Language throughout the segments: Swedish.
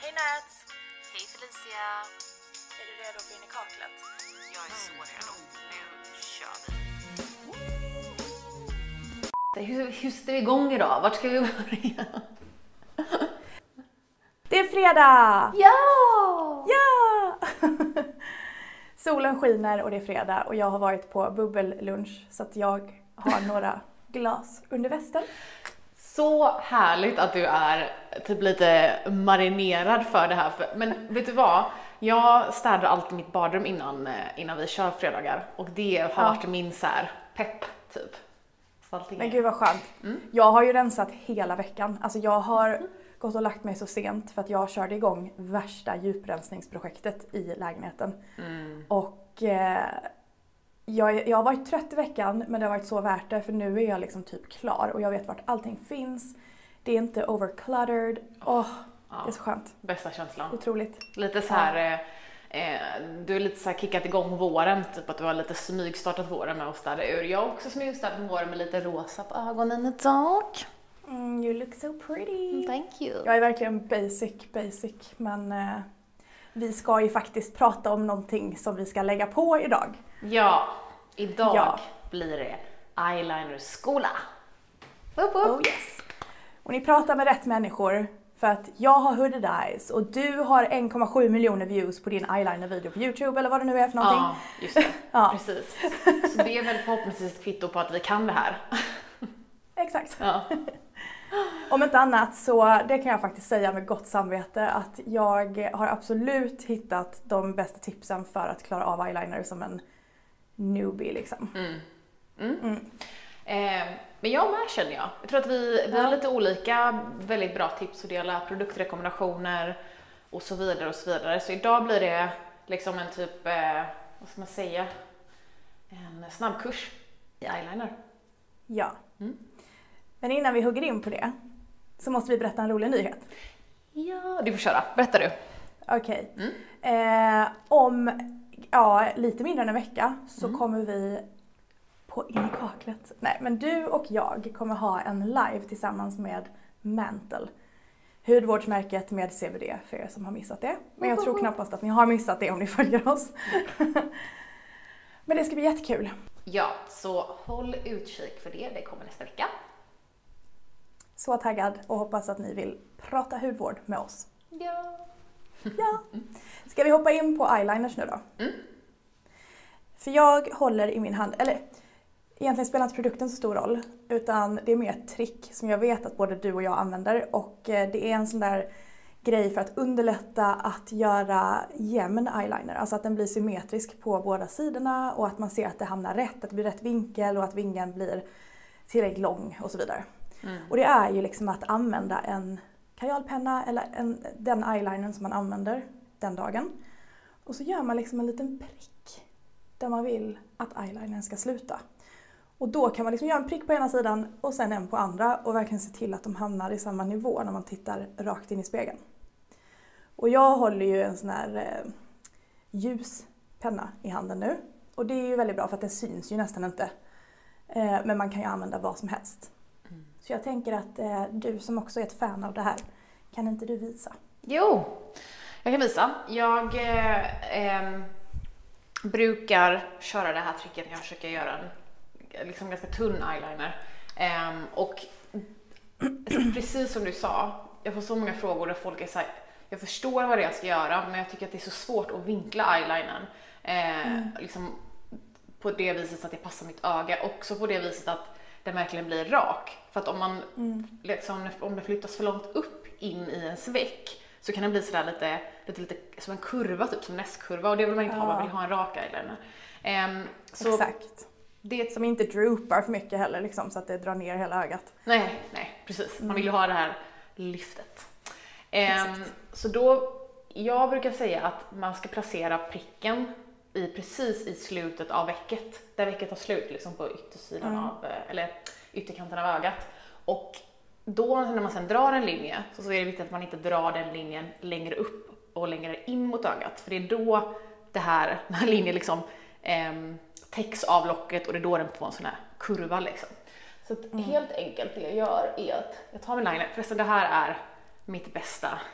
Hej Nats! Hej Felicia! Är du redo för in i kaklet? Jag är så redo. Nu kör vi. Hur sätter vi igång idag? Vart ska vi börja? Det är fredag! Ja! Ja! Solen skiner och det är fredag och jag har varit på bubbellunch så att jag har några glas under västen. Så härligt att du är typ lite marinerad för det här. Men vet du vad? Jag städar alltid mitt badrum innan vi kör fredagar. Och det har varit min så här pepp typ. Men gud vad skönt. Jag har ju rensat hela veckan. Alltså jag har gått och lagt mig så sent för att jag körde igång värsta djuprensningsprojektet i lägenheten. Och jag har varit trött i veckan men det har varit så värt det för nu är jag liksom typ klar och jag vet vart allting finns. Det är inte overcluttered. Det är så skönt. Bästa känslan. Otroligt. Lite så här, du är lite så här kickat igång våren, typ att du har lite smygstartat våren med att städa ur. Jag har också smygstartat våren med lite rosa på ögonen idag. You look so pretty. Thank you. Jag är verkligen basic, men vi ska ju faktiskt prata om någonting som vi ska lägga på idag. Ja, idag blir det eyelinerskola. Oh yes. Och ni pratar med rätt människor för att jag har hooded eyes och du har 1,7 miljoner views på din eyeliner-video på YouTube eller vad det nu är för någonting. Ja, just det. Ja. Precis. Så det är väl förhoppningsvis ett kvitto på att vi kan det här. Exakt. Ja. Om inte annat så det kan jag faktiskt säga med gott samvete att jag har absolut hittat de bästa tipsen för att klara av eyeliner som en newbie liksom. Men jag med känner jag. Jag tror att vi har lite olika väldigt bra tips att dela, produktrekommendationer och så vidare och så vidare. Så idag blir det liksom en typ, vad ska man säga, en snabbkurs i eyeliner. Ja. Men innan vi hugger in på det så måste vi berätta en rolig nyhet. Ja, du får köra. Berätta du. Okej. Om lite mindre än en vecka så kommer vi på In i kaklet. Nej, men du och jag kommer ha en live tillsammans med Mantle. Hudvårdsmärket med CBD för er som har missat det. Men jag tror knappast att ni har missat det om ni följer oss. Men det ska bli jättekul. Ja, så håll utkik för det. Det kommer nästa vecka. Så taggad och hoppas att ni vill prata hudvård med oss. Ja. Ja. Ska vi hoppa in på eyeliners nu då? För jag håller i min hand, eller egentligen spelar inte produkten så stor roll, utan det är mer ett trick som jag vet att både du och jag använder. Och det är en sån där grej för att underlätta att göra jämn eyeliner. Alltså att den blir symmetrisk på båda sidorna och att man ser att det hamnar rätt, att det blir rätt vinkel och att vingeln blir tillräckligt lång och så vidare. Och det är ju liksom att använda en kajalpenna eller den eyelinern som man använder den dagen. Och så gör man liksom en liten prick där man vill att eyelinern ska sluta. Och då kan man liksom göra en prick på ena sidan och sen en på andra och verkligen se till att de hamnar i samma nivå när man tittar rakt in i spegeln. Och jag håller ju en sån här ljus penna i handen nu. Och det är ju väldigt bra för att det syns ju nästan inte. Men man kan ju använda vad som helst. Så jag tänker att du som också är ett fan av det här, kan inte du visa? Jo, jag kan visa. Jag brukar köra det här tricket när jag försöker göra en liksom ganska tunn eyeliner. Och precis som du sa, jag får så många frågor där folk är så här, jag förstår vad det är jag ska göra men jag tycker att det är så svårt att vinkla eyelinern. Liksom på det viset så att det passar mitt öga, också på det viset att den verkligen blir rak. För att om man liksom, om det flyttas för långt upp in i en veck så kan den bli sådär lite som en kurva, typ som näskurva, och det vill man inte ha, man vill ha en rak eyeliner. Så exakt. Det som inte droopar för mycket heller liksom, så att det drar ner hela ögat. Nej, precis. Man vill ju ha det här lyftet. Så då, jag brukar säga att man ska placera pricken precis i slutet av vecket. Där vecket tar slut liksom på yttersidan av, eller ytterkanten av ögat. Och då när man sedan drar en linje så är det viktigt att man inte drar den linjen längre upp och längre in mot ögat. För det är då den här linjen liksom täcks av locket och det är då den får en sån här kurva liksom. Så helt enkelt det jag gör är att jag tar min liner. Förresten, det här är mitt bästa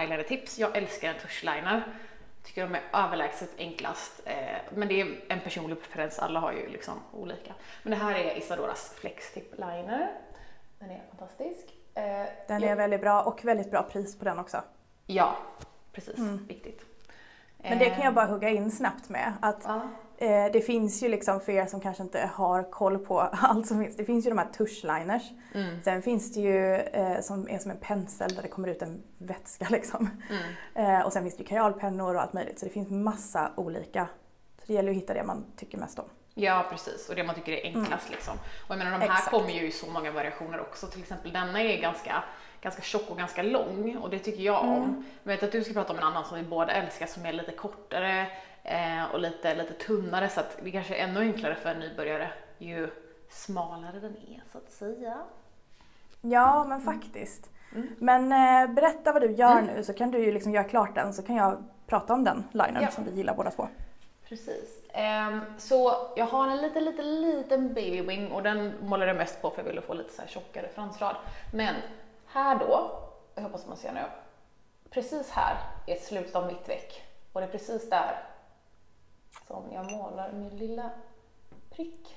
eyeliner-tips. Jag älskar en tuschliner. Tycker de är överlägset enklast. Men det är en personlig preferens, alla har ju liksom olika. Men det här är Isadoras Flex Tip Liner. Den är fantastisk. Den är väldigt bra och väldigt bra pris på den också. Ja, precis. Viktigt. Men det kan jag bara hugga in snabbt med. Att det finns ju liksom för er som kanske inte har koll på allt som finns. Det finns ju de här tuschliners. Sen finns det ju som är som en pensel där det kommer ut en vätska liksom. Och sen finns det ju kajalpennor och allt möjligt. Så det finns massa olika. Så det gäller ju att hitta det man tycker mest om. Ja, precis. Och det man tycker är enklast liksom. Och jag menar, de här kommer ju i så många variationer också. Till exempel denna är ganska tjock och ganska lång. Och det tycker jag om. Men jag vet att du ska prata om en annan som vi båda älskar som är lite kortare och lite tunnare. Så att det kanske är ännu enklare för en nybörjare ju smalare den är så att säga. Ja, men faktiskt. Men berätta vad du gör nu så kan du ju liksom göra klart den så kan jag prata om den linern som vi gillar båda två. Precis. Så jag har en liten baby wing och den målar jag mest på för jag ville få lite så här tjockare fransrad. Men här då, jag hoppas man ser nu, precis här är slutet av mitt veck och det är precis där som jag målar min lilla prick.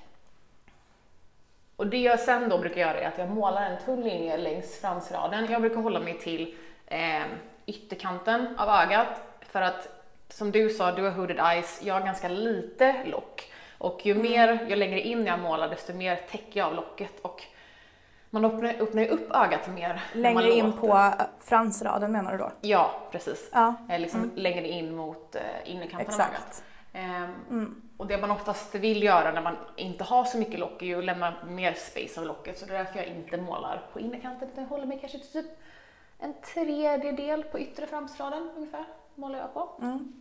Och det jag sen då brukar göra är att jag målar en tunn linje längs fransraden. Jag brukar hålla mig till ytterkanten av ögat för att som du sa, du har hooded eyes, jag har ganska lite lock. Och ju mer jag längre in jag målar desto mer täcker jag av locket och man öppnar ju upp ögat mer. Längre in på fransraden menar du då? Ja, precis. Ja. Liksom längre in mot innerkanten av ögat. Och det man oftast vill göra när man inte har så mycket lock är ju att lämna mer space av locket. Så det är därför jag inte målar på innerkanten utan jag håller mig kanske till typ en tredjedel på yttre framsraden ungefär. Målar jag på.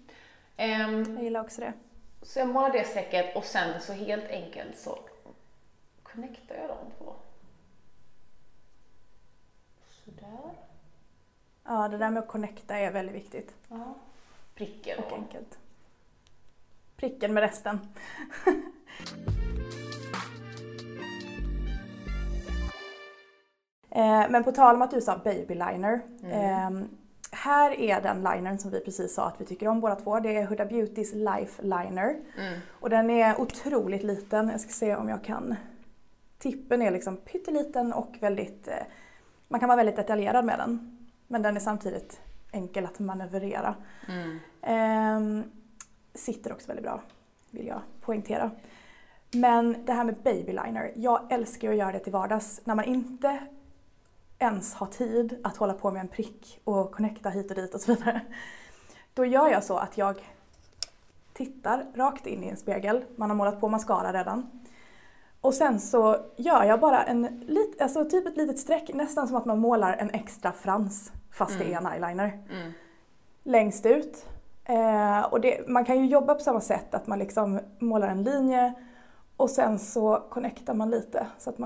Jag gillar också det. Så jag målar det strecket och sen så helt enkelt så connectar jag de två. Sådär. Ja, det där med att connecta är väldigt viktigt. Ja. Pricken och enkelt. Pricken med resten. Men på tal om att du sa baby liner. Här är den linern som vi precis sa att vi tycker om båda två. Det är Huda Beautys Life Liner. Och den är otroligt liten. Jag ska se om jag kan. Tippen är liksom pytteliten och väldigt... Man kan vara väldigt detaljerad med den. Men den är samtidigt enkel att manövrera. Sitter också väldigt bra, vill jag poängtera. Men det här med baby liner. Jag älskar att göra det till vardags. När man inte ens har tid att hålla på med en prick och connecta hit och dit och så vidare. Då gör jag så att jag tittar rakt in i en spegel. Man har målat på mascara redan. Och sen så gör jag bara typ ett litet streck. Nästan som att man målar en extra frans fast det är en eyeliner. Längst ut. Och man kan ju jobba på samma sätt att man liksom målar en linje. Och sen så connectar man lite så att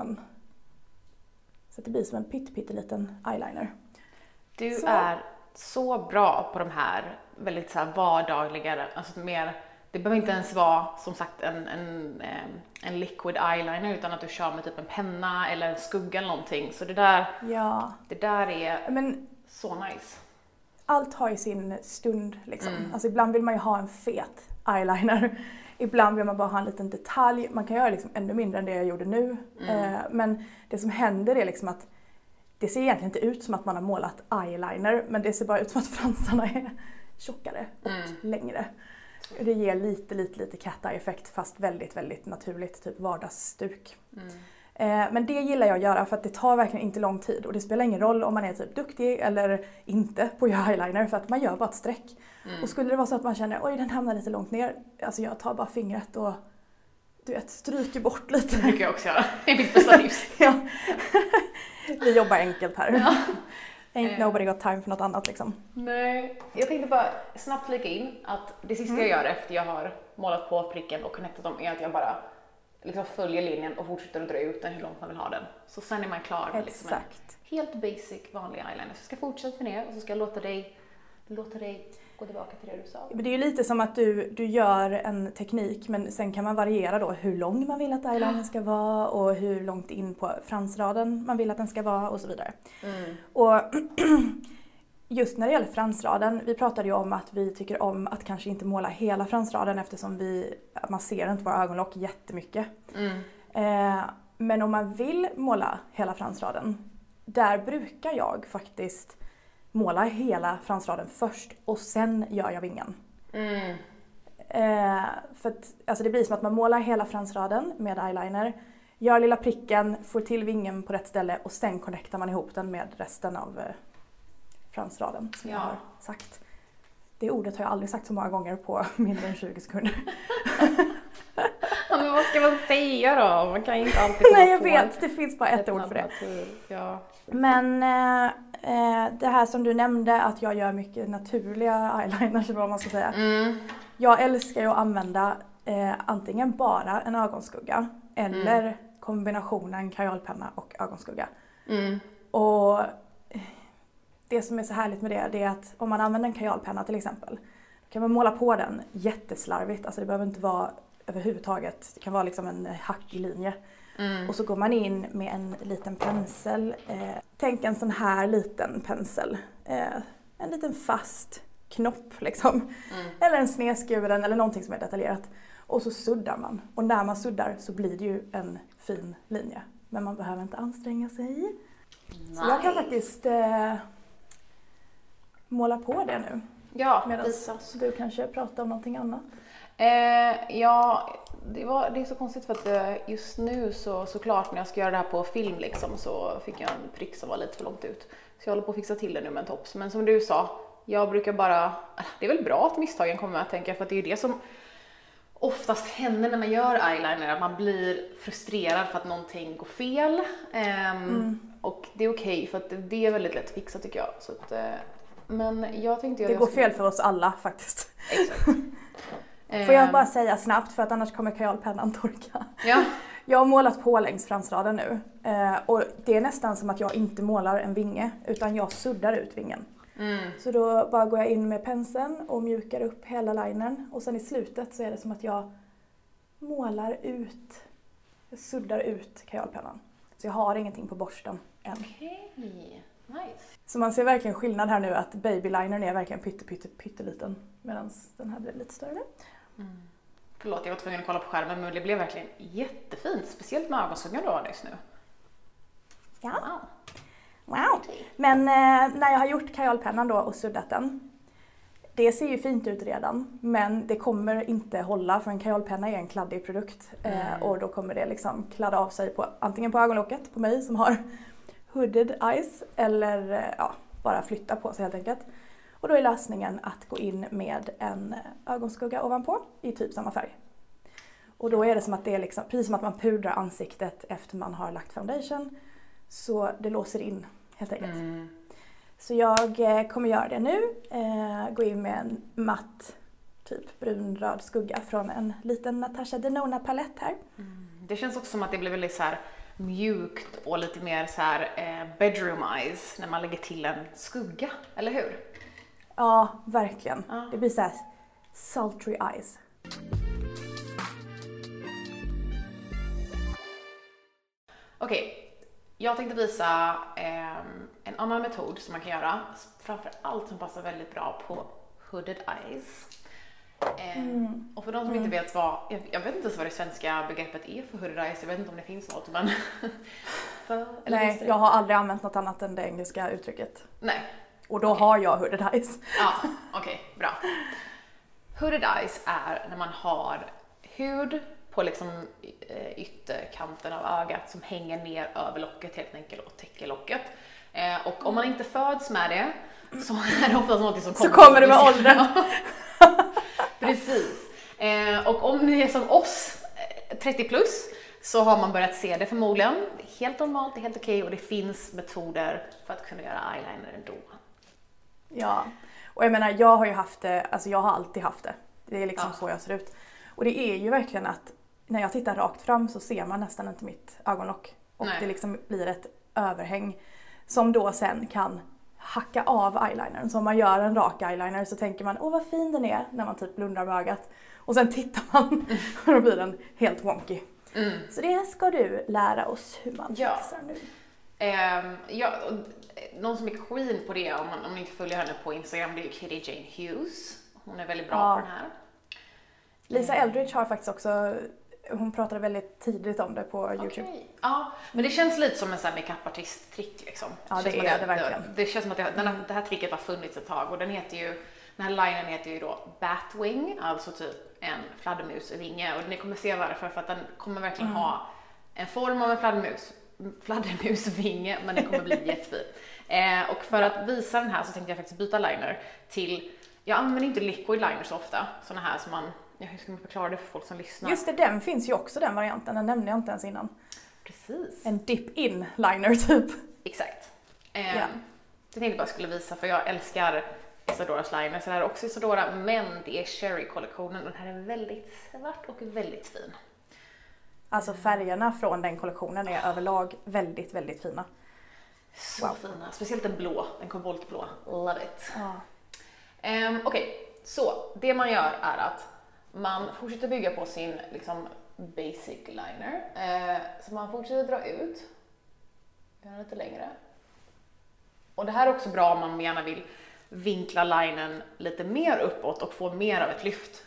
det blir som en pytteliten eyeliner. Du är så bra på de här väldigt så här vardagliga, alltså mer, det behöver inte ens vara som sagt en liquid eyeliner utan att du kör med typ en penna eller en skugga eller någonting. Så det där är så nice. Allt har ju sin stund liksom. Alltså ibland vill man ju ha en fet eyeliner. Ibland vill man bara ha en liten detalj. Man kan göra liksom ännu mindre än det jag gjorde nu. Men det som händer är liksom att det ser egentligen inte ut som att man har målat eyeliner. Men det ser bara ut som att fransarna är tjockare och längre. Det ger lite cat eye effekt fast väldigt, väldigt naturligt. Typ vardagsstuk. Men det gillar jag att göra för att det tar verkligen inte lång tid. Och det spelar ingen roll om man är typ duktig eller inte på att göra eyeliner. För att man gör bara ett streck. Och skulle det vara så att man känner oj den hamnar lite långt ner. Alltså jag tar bara fingret och du vet stryker bort lite. Det brukar jag också göra. Det är mitt bästa tips. Ja. Vi jobbar enkelt här. Ain't nobody got time för något annat liksom. Nej, jag tänkte bara snabbt flika in att det sista jag gör efter jag har målat på pricken och connectat dem är att jag bara liksom följer linjen och fortsätter att dra ut den hur långt man vill ha den. Så sen är man klar med liksom en helt basic vanlig eyeliner. Så jag ska fortsätta med det och så ska jag låta dig gå tillbaka till det du sa. Men det är ju lite som att du gör en teknik men sen kan man variera då hur lång man vill att eyelinen ska vara och hur långt in på fransraden man vill att den ska vara och så vidare. Och just när det gäller fransraden, vi pratade ju om att vi tycker om att kanske inte måla hela fransraden eftersom man ser inte våra ögonlock jättemycket. Men om man vill måla hela fransraden, där brukar jag faktiskt måla hela fransraden först och sen gör jag vingen. För att, alltså det blir som att man målar hela fransraden med eyeliner, gör lilla pricken, får till vingen på rätt ställe och sen connectar man ihop den med resten av fransraden som jag har sagt. Det ordet har jag aldrig sagt så många gånger på mindre än 20 sekunder. Ja, men vad ska man säga då? Man kan inte alltid Nej, jag vet. Det finns bara ett ord för det. Ja. Men det här som du nämnde, att jag gör mycket naturliga eyeliners, eller vad man ska säga. Jag älskar ju att använda antingen bara en ögonskugga eller kombinationen kajalpenna och ögonskugga. Och det som är så härligt med det är att om man använder en kajalpenna till exempel, då kan man måla på den jätteslarvigt. Alltså det behöver inte vara överhuvudtaget. Det kan vara liksom en hackig linje. Och så går man in med en liten pensel. Tänk en sån här liten pensel. En liten fast knopp liksom. Eller en snedskuren eller någonting som är detaljerat. Och så suddar man. Och när man suddar så blir det ju en fin linje. Men man behöver inte anstränga sig. Nice. Så jag kan faktiskt måla på det nu. Ja, medan du kanske pratar om någonting annat. Ja, det är så konstigt för att just nu såklart när jag ska göra det här på film liksom, så fick jag en prick som var lite för långt ut. Så jag håller på att fixa till det nu med en tops. Men som du sa, jag brukar bara... Det är väl bra att misstagen kommer att tänka, för att det är ju det som oftast händer när man gör eyeliner. Att man blir frustrerad för att någonting går fel. Och det är okej, för att det är väldigt lätt att fixa tycker jag. Så att, men jag tänkte... Det går fel för oss alla faktiskt. Exakt. Får jag bara säga snabbt, för att annars kommer kajalpennan torka. Ja. Jag har målat på längs fransraden nu. Och det är nästan som att jag inte målar en vinge, utan jag suddar ut vingen. Så då bara går jag in med penseln och mjukar upp hela linern. Och sen i slutet så är det som att jag målar ut, jag suddar ut kajalpennan. Så jag har ingenting på borsten än. Okej, nice. Så man ser verkligen skillnad här nu, att babylinern är verkligen pytteliten. Medan den här blir lite större. Förlåt, jag var tvungen att kolla på skärmen, men det blev verkligen jättefint. Speciellt med ögonskuggan du har nyss nu. Ja. Wow. Men när jag har gjort kajalpennan då och suddat den. Det ser ju fint ut redan, men det kommer inte hålla, för en kajalpenna är en kladdig produkt. Och då kommer det liksom kladda av sig antingen på ögonlocket på mig som har hooded eyes, eller bara flytta på sig helt enkelt. Och då är lösningen att gå in med en ögonskugga ovanpå i typ samma färg. Och då är det som att det är liksom, precis som att man pudrar ansiktet efter man har lagt foundation. Så det låser in helt enkelt. Så jag kommer göra det nu. Gå in med en matt typ brunröd skugga från en liten Natasha Denona palett här. Det känns också som att det blir väldigt så här mjukt och lite mer så här bedroom eyes när man lägger till en skugga, eller hur? Ja, verkligen. Det blir så här sultry eyes. Okej. Jag tänkte visa en annan metod som man kan göra, framför allt som passar väldigt bra på hooded eyes. Och för de som inte vet jag vet inte ens vad det svenska begreppet är för hooded eyes, jag vet inte om det finns något, men... Nej, jag har aldrig använt något annat än det engelska uttrycket. Nej. Och då har jag hooded eyes. Ja, okej, bra. Hooded eyes är när man har hud på liksom ytterkanten av ögat som hänger ner över locket helt enkelt och täcker locket. Och om man inte föds med det så är det oftast något som kommer. Så kommer det med åldern. Precis. Och om ni är som oss, 30 plus, så har man börjat se det förmodligen. Det är helt normalt, det är helt okej, och det finns metoder för att kunna göra eyeliner ändå. Ja, och jag menar, jag har ju haft det, alltså jag har alltid haft det. Det är liksom så jag ser ut. Och det är ju verkligen att när jag tittar rakt fram så ser man nästan inte mitt ögonlock. Och det liksom blir ett överhäng som då sen kan hacka av eyelinern. Så om man gör en rak eyeliner så tänker man, åh vad fin den är, när man typ blundar med ögat. Och sen tittar man och då blir den helt wonky. Så det ska du lära oss hur man fixar nu. någon som är queen på det, om ni inte följer henne på Instagram, det är Kitty Jane Hughes. Hon är väldigt bra på den här. Lisa Eldridge har faktiskt också, hon pratade väldigt tidigt om det på YouTube. Ja, men det känns lite som en sån här makeup-artist-trick liksom. Ja, det är det verkligen. Det känns som att det här tricket har funnits ett tag, och den här linern heter ju då Batwing, alltså typ en fladdermusvinge, och ni kommer se varför, för att den kommer verkligen ha en form av en fladdermusvinge, men den kommer bli jättefin. Och för att visa den här så tänkte jag faktiskt byta liner till, jag använder inte liquid liner så ofta, såna här som man, hur ska man förklara det för folk som lyssnar? Just det, den finns ju också, den varianten, den nämnde jag inte ens innan. Precis. En dip-in liner typ. Exakt. Jag tänkte bara skulle visa, för jag älskar Isadoras liner, så det här är också Isadora, men det är Cherry-kollektionen, och den här är väldigt svart och väldigt fin. Alltså färgerna från den kollektionen är överlag väldigt, väldigt fina. Så fina, speciellt den blå, den koboltblå, love it. Ja. Okej, så det man gör är att man fortsätter bygga på sin liksom basic liner, så man fortsätter dra ut, göra lite längre. Och det här är också bra om man gärna vill vinkla linen lite mer uppåt och få mer av ett lyft.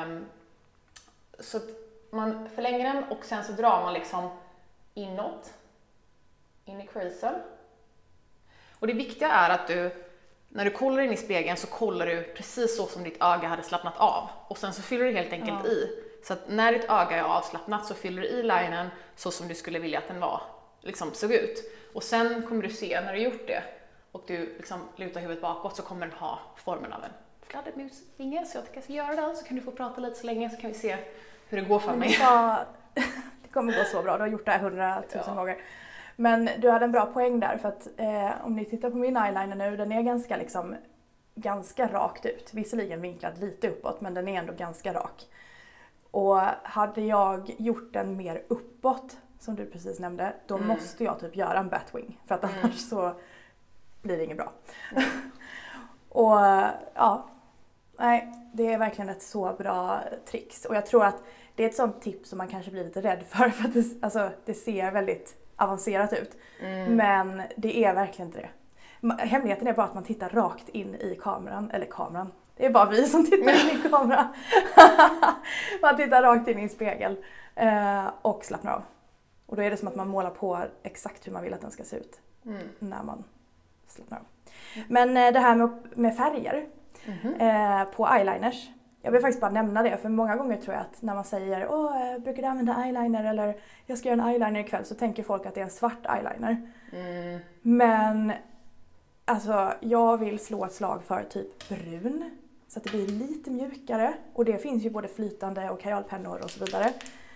Så att man förlänger den och sen så drar man liksom inåt, in i creasen. Och det viktiga är att när du kollar in i spegeln så kollar du precis så som ditt öga hade slappnat av. Och sen så fyller du helt enkelt i. Så att när ditt öga är avslappnat så fyller du i linen så som du skulle vilja att den liksom såg ut. Och sen kommer du se, när du gjort det och du liksom lutar huvudet bakåt, så kommer den ha formen av en fladdermusvinge. Så jag tycker jag ska göra den, så kan du få prata lite så länge, så kan vi se hur det går för mig. Det kommer gå så bra, du har gjort det här 100 000 gånger. Men du hade en bra poäng där, för att om ni tittar på min eyeliner nu, den är ganska rakt ut. Visserligen vinklad lite uppåt, men den är ändå ganska rak. Och hade jag gjort den mer uppåt, som du precis nämnde, då måste jag typ göra en batwing. För att annars så blir det inget bra. Och nej, det är verkligen ett så bra tricks. Och jag tror att det är ett sånt tips som man kanske blir lite rädd för att det ser väldigt avancerat ut. Men det är verkligen inte det. Hemligheten är bara att man tittar rakt in i kameran, eller kameran. Det är bara vi som tittar in i kameran. Man tittar rakt in i en spegel och slappnar av. Och då är det som att man målar på exakt hur man vill att den ska se ut när man slappnar av. Men det här med färger på eyeliners. Jag vill faktiskt bara nämna det, för många gånger tror jag att när man säger brukar du använda eyeliner, eller jag ska göra en eyeliner ikväll, så tänker folk att det är en svart eyeliner. Men alltså jag vill slå ett slag för typ brun, så att det blir lite mjukare, och det finns ju både flytande och kajalpennor och så vidare.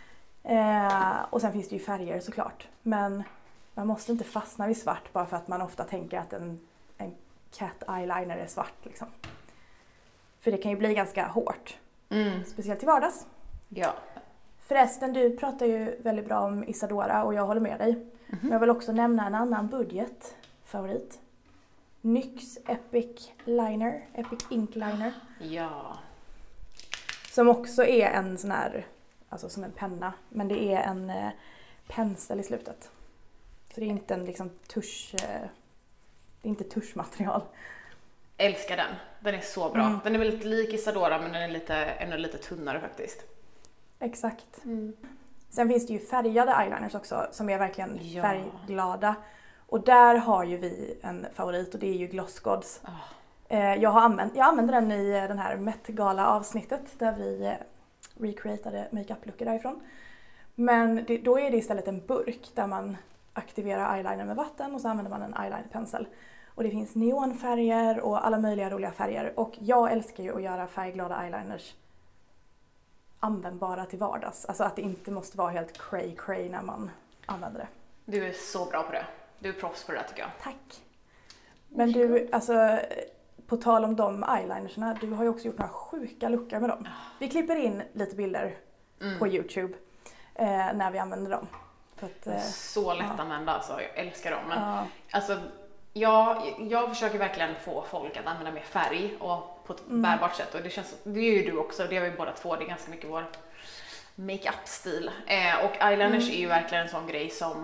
Och sen finns det ju färger såklart, men man måste inte fastna vid svart bara för att man ofta tänker att en cat eyeliner är svart liksom. För det kan ju bli ganska hårt. Speciellt till vardags. Ja. Förresten, du pratar ju väldigt bra om Isadora och jag håller med dig. Men jag vill också nämna en annan budgetfavorit. NYX Epic Liner. Epic Ink Liner. Ja. Som också är en sån här, alltså som en penna. Men det är en pensel i slutet. Så det är inte en liksom tusch, det är inte tuschmaterial. Älskar den. Den är så bra. Den är väldigt lik Isadora, men den är ännu lite tunnare faktiskt. Exakt. Sen finns det ju färgade eyeliners också som är verkligen färgglada. Och där har ju vi en favorit, och det är ju Gloss Gods. Jag använde den i den här Met Gala avsnittet där vi recreatade makeup-lookar därifrån. Men då är det istället en burk där man aktiverar eyeliner med vatten och så använder man en eyelinerpensel. Och det finns neonfärger och alla möjliga roliga färger. Och jag älskar ju att göra färgglada eyeliners användbara till vardags. Alltså att det inte måste vara helt cray när man använder det. Du är så bra på det. Du är proffs på det där, tycker jag. Tack. Men du, alltså på tal om de eyelinersna, du har ju också gjort några sjuka lookar med dem. Vi klipper in lite bilder på YouTube när vi använder dem. För att, så lätt att använda, alltså. Jag älskar dem. Men, alltså, jag försöker verkligen få folk att använda mer färg och på ett bärbart sätt. Och det är ju du också, det har vi båda två. Det är ganska mycket vår make-up-stil. Och eyeliners är ju verkligen en sån grej som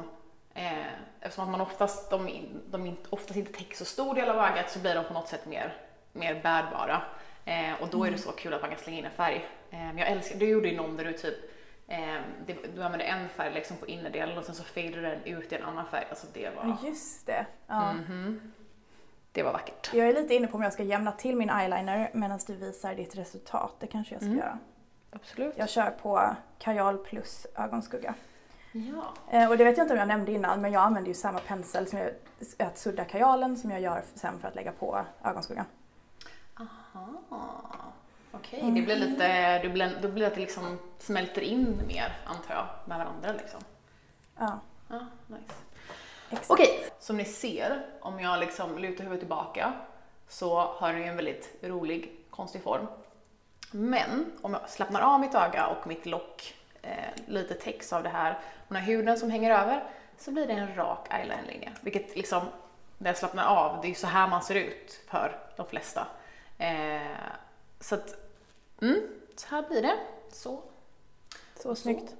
Eftersom att man oftast inte täcker så stor del av ögat så blir de på något sätt mer bärbara. Och då är det så kul att man kan slänga in en färg. Jag älskar, du gjorde ju någon där du typ du använde en färg liksom på innerdelen och sen så fadade den ut i en annan färg. Alltså det var... Just det. Ja. Det var vackert. Jag är lite inne på om jag ska jämna till min eyeliner medan du visar ditt resultat. Det kanske jag ska göra. Absolut. Jag kör på kajal plus ögonskugga. Ja. Och det vet jag inte om jag nämnde innan, men jag använder ju samma pensel som att sudda kajalen som jag gör sen för att lägga på ögonskuggan. Aha. Okej, det blir lite, då blir det att det liksom smälter in mer, antar jag, med varandra liksom. Ja. Ja, nice. Exakt. Okej, som ni ser, om jag liksom lutar huvudet tillbaka så har den ju en väldigt rolig, konstig form. Men om jag slappnar av mitt öga och mitt lock lite täcks av det här och den här huden som hänger över så blir det en rak eyelinerlinje. Vilket liksom, när jag slappnar av, det är ju så här man ser ut för de flesta. Så att, så här blir det. Så Snyggt.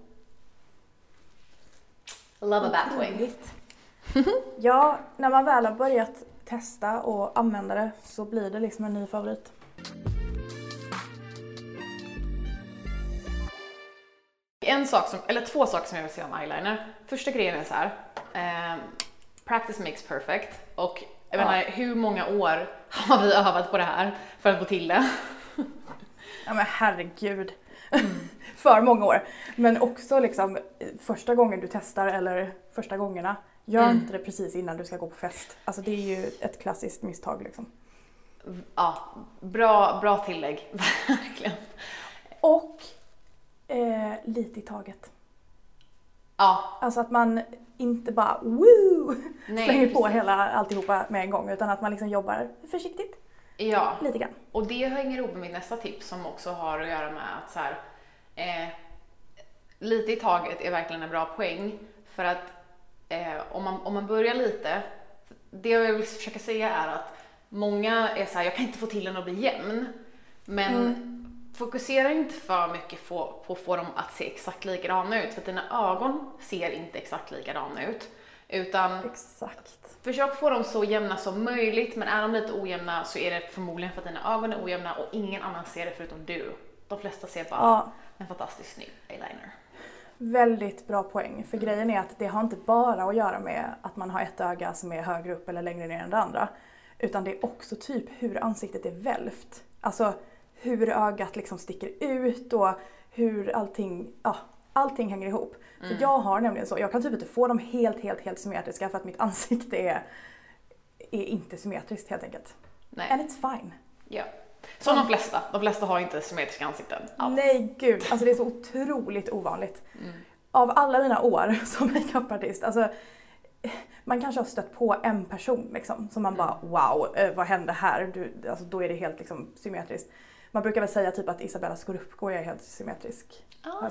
Love a that way. Ja, när man väl har börjat testa och använda det så blir det liksom en ny favorit. Två saker som jag vill säga om eyeliner. Första grejen är så här. Practice makes perfect. Och jag menar, hur många år har vi övat på det här för att få till det? Ja men herregud. För många år. Men också liksom första gången du testar eller första gångerna. Gör inte det precis innan du ska gå på fest. Alltså det är ju ett klassiskt misstag liksom. Ja, bra tillägg. Verkligen. Och lite i taget. Ja. Alltså att man inte bara woo, slänger på precis. hela alltihopa med en gång. Utan att man liksom jobbar försiktigt. Ja. Lite grann. Och det hänger ihop med mitt nästa tips som också har att göra med att så här, lite i taget är verkligen en bra poäng. För att om man börjar lite, det jag vill försöka säga är att många är så här, jag kan inte få till den att bli jämn. Men fokusera inte för mycket på att få dem att se exakt likadana ut. För att dina ögon ser inte exakt likadana ut. Utan Exakt. försök få dem så jämna som möjligt. Men är de lite ojämna så är det förmodligen för att dina ögon är ojämna och ingen annan ser det förutom du. De flesta ser bara en fantastiskt snygg eyeliner. Väldigt bra poäng. För grejen är att det har inte bara att göra med att man har ett öga som är högre upp eller längre ner än det andra. Utan det är också typ hur ansiktet är välvt. Alltså hur ögat liksom sticker ut och hur allting hänger ihop. För jag har nämligen så, jag kan typ inte få dem helt symmetriska för att mitt ansikte är inte symmetriskt helt enkelt. Nej. And it's fine. Ja. Som de flesta har inte symmetriska ansikten alls. Nej gud, alltså det är så otroligt ovanligt. Av alla mina år som makeupartist, alltså man kanske har stött på en person liksom, som man bara wow, vad hände här? Alltså, då är det helt liksom, symmetriskt. Man brukar väl säga typ att Isabella Scorupco är helt symmetrisk.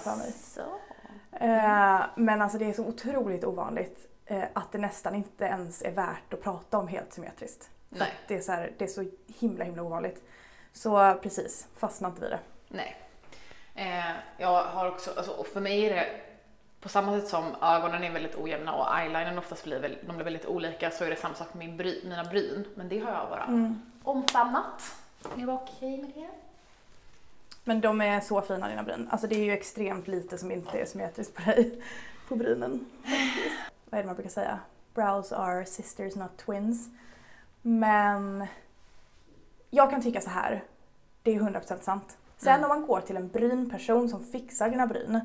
Men alltså det är så otroligt ovanligt att det nästan inte ens är värt att prata om helt symmetriskt. För det är så himla ovanligt. Så precis, fastna inte vid det. Nej. Jag har också, alltså, och för mig är det på samma sätt som ögonen är väldigt ojämna och eyelinern oftast blir väldigt olika, så är det samma sak med mina bryn. Men det har jag bara omfamnat. Är det okej med det? Men de är så fina dina bryn. Alltså det är ju extremt lite som inte är symmetriskt på dig. På brynen. Faktiskt. Vad är det man brukar säga? Brows are sisters not twins. Men jag kan tycka så här. Det är 100% sant. Sen om man går till en brynperson som fixar dina bryn.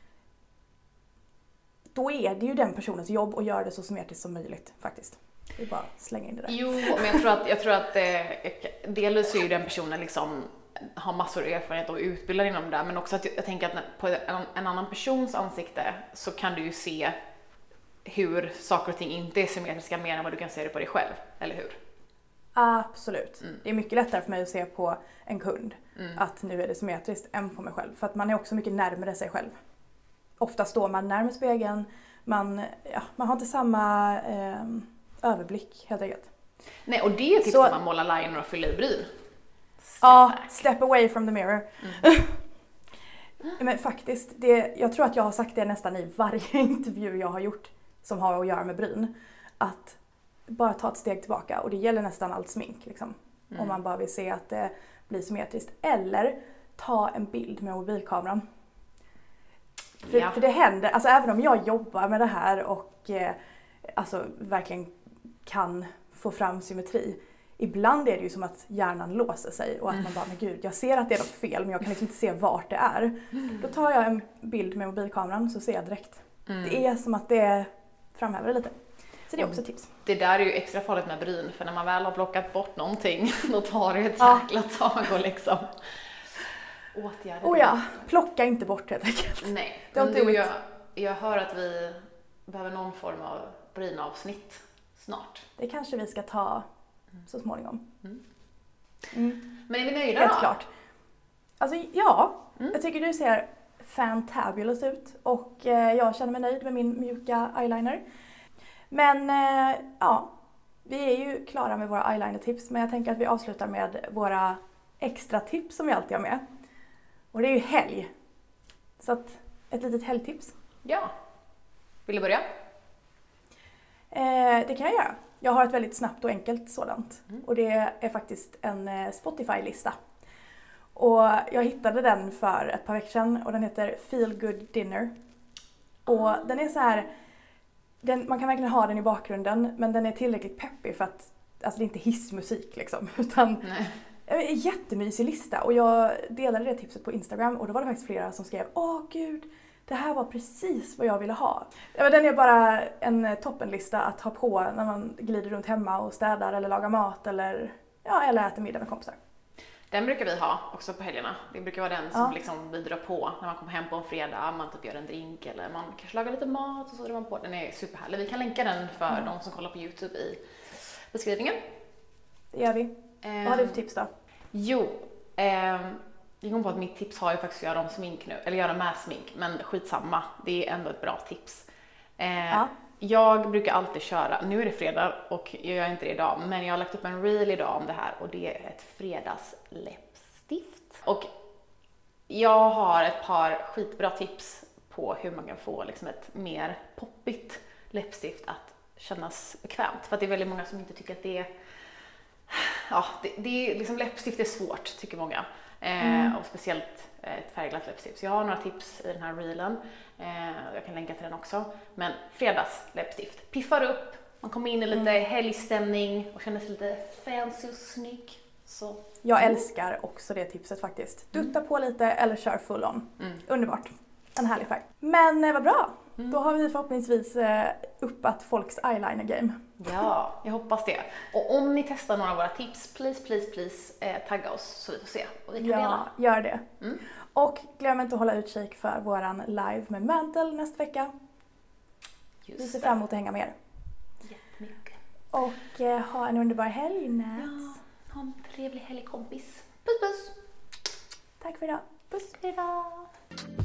Då är det ju den personens jobb att göra det så symmetriskt som möjligt faktiskt. Det är bara att slänga in det där. Jo, men jag tror att delvis är ju den personen liksom har massor av erfarenhet och utbildad inom det där, men också att jag tänker att på en annan persons ansikte så kan du ju se hur saker och ting inte är symmetriska mer än vad du kan se det på dig själv, eller hur? Absolut. Det är mycket lättare för mig att se på en kund att nu är det symmetriskt än på mig själv. För att man är också mycket närmare sig själv. Ofta står man närmare spegeln, man har inte samma överblick helt enkelt. Nej, och det är tips när man målar liner och fyller i bryn. Step away from the mirror. Men faktiskt, jag tror att jag har sagt det nästan i varje intervju jag har gjort. som har att göra med bryn, att bara ta ett steg tillbaka, och det gäller nästan allt smink liksom. Om man bara vill se att det blir symmetriskt. Eller ta en bild med mobilkameran. För det händer, alltså även om jag jobbar med det här och alltså verkligen kan få fram symmetri. Ibland är det ju som att hjärnan låser sig och att man bara, men gud, jag ser att det är något fel men jag kan liksom inte se vart det är. Då tar jag en bild med mobilkameran så ser jag direkt. Det är som att det framhäver det lite. Så det är också ett tips. Det där är ju extra farligt med bryn, för när man väl har plockat bort någonting då tar det ett jäkla tag och liksom åtgärda. Oh ja, plocka inte bort helt enkelt. Nej, men jag hör att vi behöver någon form av brynavsnitt snart. Det kanske vi ska ta så småningom. Men är vi nöjda Helt då? klart. Alltså ja, jag tycker du ser fantabulous ut och jag känner mig nöjd med min mjuka eyeliner. Men ja, vi är ju klara med våra eyeliner-tips, men jag tänker att vi avslutar med våra extra tips som vi alltid har med. Och det är ju helg. Så att ett litet helgtips. Ja. Vill du börja? Det kan jag göra. Jag har ett väldigt snabbt och enkelt sådant. Och det är faktiskt en Spotify-lista. Och jag hittade den för ett par veckor sedan och den heter Feel Good Dinner. Och den är så här, man kan verkligen ha den i bakgrunden, men den är tillräckligt peppig för att, alltså det är inte hissmusik liksom, utan en jättemysig lista. Och jag delade det tipset på Instagram och då var det faktiskt flera som skrev, åh gud, det här var precis vad jag ville ha. Den är bara en toppenlista att ha på när man glider runt hemma och städar eller lagar mat eller äter middag med kompisar. Den brukar vi ha också på helgerna. Det brukar vara den som liksom vi drar på när man kommer hem på en fredag. Man typ gör en drink eller man kanske lagar lite mat och så drar man på. Den är superhärlig. Vi kan länka den för de som kollar på YouTube i beskrivningen. Det gör vi. Vad har du för tips då? Jo, jag kom på att mitt tips har ju faktiskt att göra om smink nu. Eller göra med smink, men skitsamma. Det är ändå ett bra tips. Jag brukar alltid köra, nu är det fredag och jag gör inte det idag, men jag har lagt upp en reel idag om det här och det är ett fredagsläppstift. Och jag har ett par skitbra tips på hur man kan få liksom ett mer poppigt läppstift att kännas bekvämt. För att det är väldigt många som inte tycker att det är, det är liksom läppstift är svårt tycker många. Och speciellt ett färgglatt läppstift. Så jag har några tips i den här reelen. Jag kan länka till den också. Men fredagsläppstift. Piffar upp. Man kommer in i lite helgstämning och känner sig lite fancy och snygg. Så. Jag älskar också det tipset faktiskt. Dutta på lite eller kör full on. Underbart. En härlig färg. Men vad bra. Då har vi förhoppningsvis uppat folks eyeliner-game. Ja, jag hoppas det. Och om ni testar några av våra tips, please tagga oss så vi får se. Och vi kan dela. Gör det. Och glöm inte att hålla utkik för våran live med Mantle nästa vecka. Vi ser fram emot att hänga med er. Jättemycket. Och ha en underbar helg, Nats. Ja, ha en trevlig helg kompis. Puss puss! Tack för idag. Puss. Hejdå!